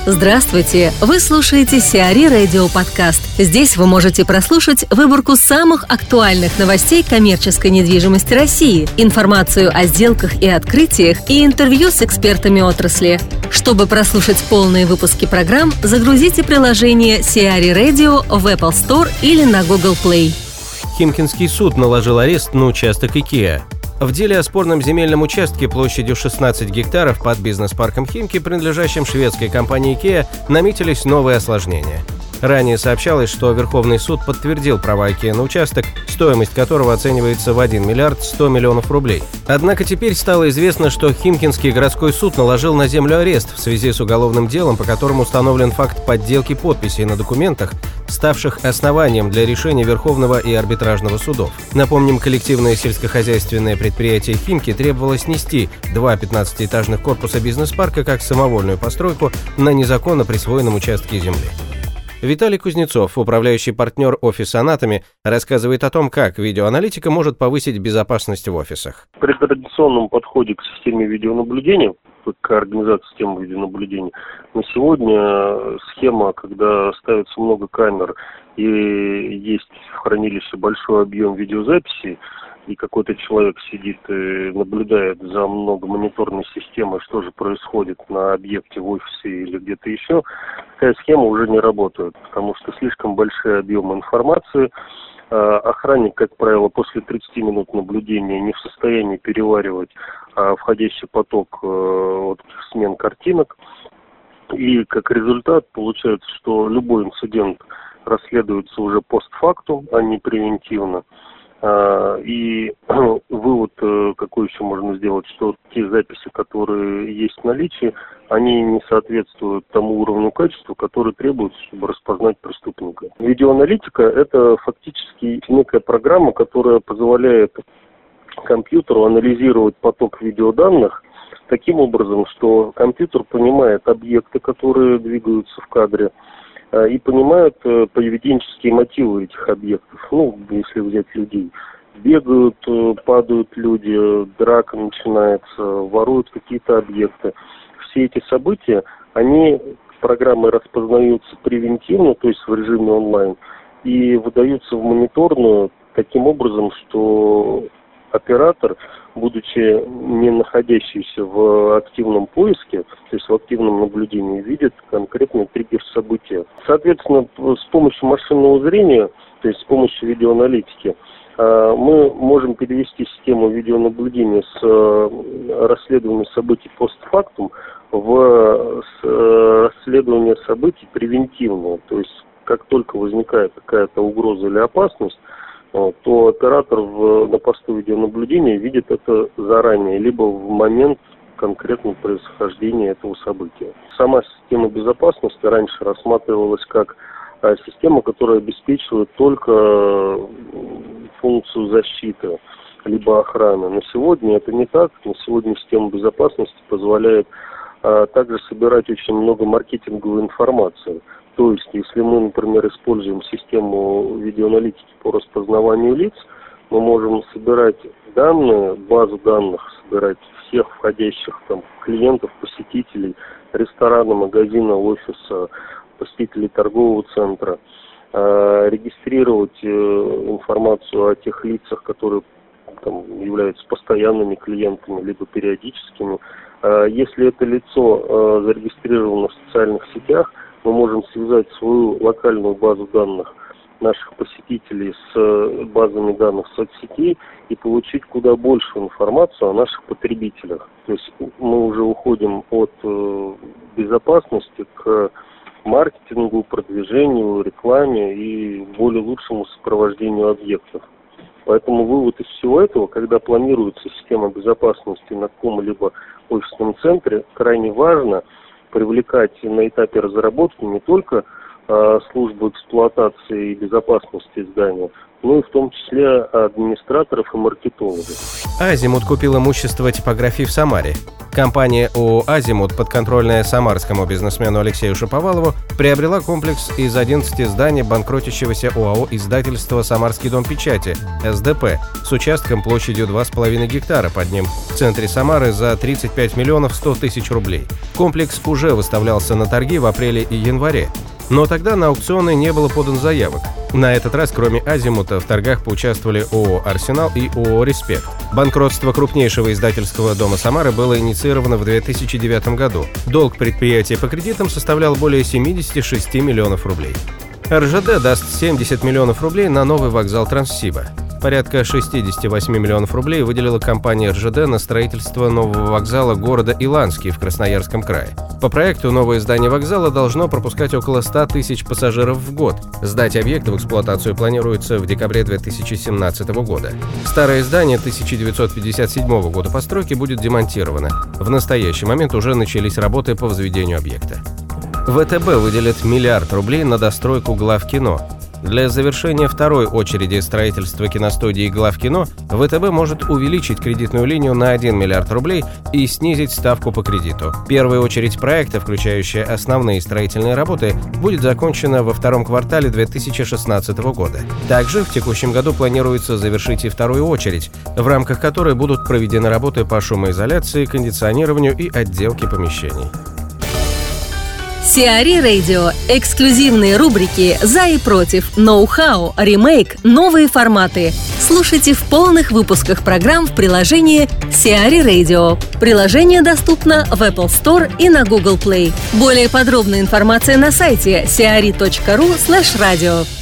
Здравствуйте! Вы слушаете Сиари Радио Подкаст. Здесь вы можете прослушать выборку самых актуальных новостей коммерческой недвижимости России, информацию о сделках и открытиях и интервью с экспертами отрасли. Чтобы прослушать полные выпуски программ, загрузите приложение Сиари Radio в Apple Store или на Google Play. Химкинский суд наложил арест на участок IKEA. В деле о спорном земельном участке площадью 16 гектаров под бизнес-парком Химки, принадлежащим шведской компании IKEA, наметились новые осложнения. Ранее сообщалось, что Верховный суд подтвердил права IKEA на участок, стоимость которого оценивается в 1 миллиард 100 миллионов рублей. Однако теперь стало известно, что Химкинский городской суд наложил на землю арест в связи с уголовным делом, по которому установлен факт подделки подписей на документах, ставших основанием для решения Верховного и арбитражного судов. Напомним, коллективное сельскохозяйственное предприятие «Химки» требовало снести 2 15-этажных корпуса бизнес-парка как самовольную постройку на незаконно присвоенном участке земли. Виталий Кузнецов, управляющий партнер офиса «Анатоми», рассказывает о том, как видеоаналитика может повысить безопасность в офисах. При традиционном подходе к системе видеонаблюдения, к организации системы видеонаблюдения, на сегодня схема, когда ставится много камер и есть в хранилище большой объем видеозаписей, и какой-то человек сидит и наблюдает за многомониторной системой, что же происходит на объекте в офисе или где-то еще, такая схема уже не работает, потому что слишком большие объемы информации. Охранник, как правило, после 30 минут наблюдения не в состоянии переваривать входящий поток смен картинок. И как результат получается, что любой инцидент расследуется уже постфактум, а не превентивно. И вывод, какой еще можно сделать, что те записи, которые есть в наличии, они не соответствуют тому уровню качества, который требуется, чтобы распознать преступника. Видеоаналитика – это фактически некая программа, которая позволяет компьютеру анализировать поток видеоданных таким образом, что компьютер понимает объекты, которые двигаются в кадре, и понимают поведенческие мотивы этих объектов. Если взять людей. Бегают, падают люди, драка начинается, воруют какие-то объекты. Все эти события, программы распознаются превентивно, то есть в режиме онлайн, и выдаются в мониторную таким образом, что оператор, будучи не находящийся в активном поиске, то есть в активном наблюдении, видит конкретный триггер события. Соответственно, с помощью машинного зрения, то есть с помощью видеоаналитики, мы можем перевести систему видеонаблюдения с расследования событий постфактум в расследование событий превентивное. То есть как только возникает какая-то угроза или опасность, то оператор на посту видеонаблюдения видит это заранее, либо в момент конкретного происхождения этого события. Сама система безопасности раньше рассматривалась как система, которая обеспечивает только функцию защиты, либо охраны. На сегодня это не так. На сегодня система безопасности позволяет также собирать очень много маркетинговой информации. То есть, если мы, например, используем систему видеоаналитики по распознаванию лиц, мы можем собирать данные, базу данных, собирать всех входящих клиентов, посетителей ресторана, магазина, офиса, посетителей торгового центра, регистрировать информацию о тех лицах, которые являются постоянными клиентами, либо периодическими. Если это лицо зарегистрировано в социальных сетях, мы можем связать свою локальную базу данных наших посетителей с базами данных соцсетей и получить куда большую информацию о наших потребителях. То есть мы уже уходим от безопасности к маркетингу, продвижению, рекламе и более лучшему сопровождению объектов. Поэтому вывод из всего этого, когда планируется система безопасности на каком-либо офисном центре, крайне важно привлекать на этапе разработки не только службу эксплуатации и безопасности здания, но и в том числе администраторов и маркетологов. Азимут купил имущество типографии в Самаре. Компания ООО «Азимут», подконтрольная самарскому бизнесмену Алексею Шаповалову, приобрела комплекс из 11 зданий банкротящегося ОАО «Издательство Самарский дом печати» СДП с участком площадью 2,5 гектара под ним в центре Самары за 35 миллионов 100 тысяч рублей. Комплекс уже выставлялся на торги в апреле и январе. Но тогда на аукционы не было подано заявок. На этот раз, кроме «Азимута», в торгах поучаствовали ООО «Арсенал» и ООО «Респект». Банкротство крупнейшего издательского дома Самары было инициировано в 2009 году. Долг предприятия по кредитам составлял более 76 миллионов рублей. РЖД даст 70 миллионов рублей на новый вокзал Транссиба. Порядка 68 миллионов рублей выделила компания РЖД на строительство нового вокзала города Иланский в Красноярском крае. По проекту новое здание вокзала должно пропускать около 100 тысяч пассажиров в год. Сдать объект в эксплуатацию планируется в декабре 2017 года. Старое здание 1957 года постройки будет демонтировано. В настоящий момент уже начались работы по возведению объекта. ВТБ выделит 1 миллиард рублей на достройку главкино. Для завершения второй очереди строительства киностудии главкино ВТБ может увеличить кредитную линию на 1 миллиард рублей и снизить ставку по кредиту. Первая очередь проекта, включающая основные строительные работы, будет закончена во втором квартале 2016 года. Также в текущем году планируется завершить и вторую очередь, в рамках которой будут проведены работы по шумоизоляции, кондиционированию и отделке помещений. Сиари Radio. Эксклюзивные рубрики «За и против», «Ноу-хау», «Ремейк», «Новые форматы». Слушайте в полных выпусках программ в приложении Сиари Radio. Приложение доступно в Apple Store и на Google Play. Более подробная информация на сайте siari.ru/radio.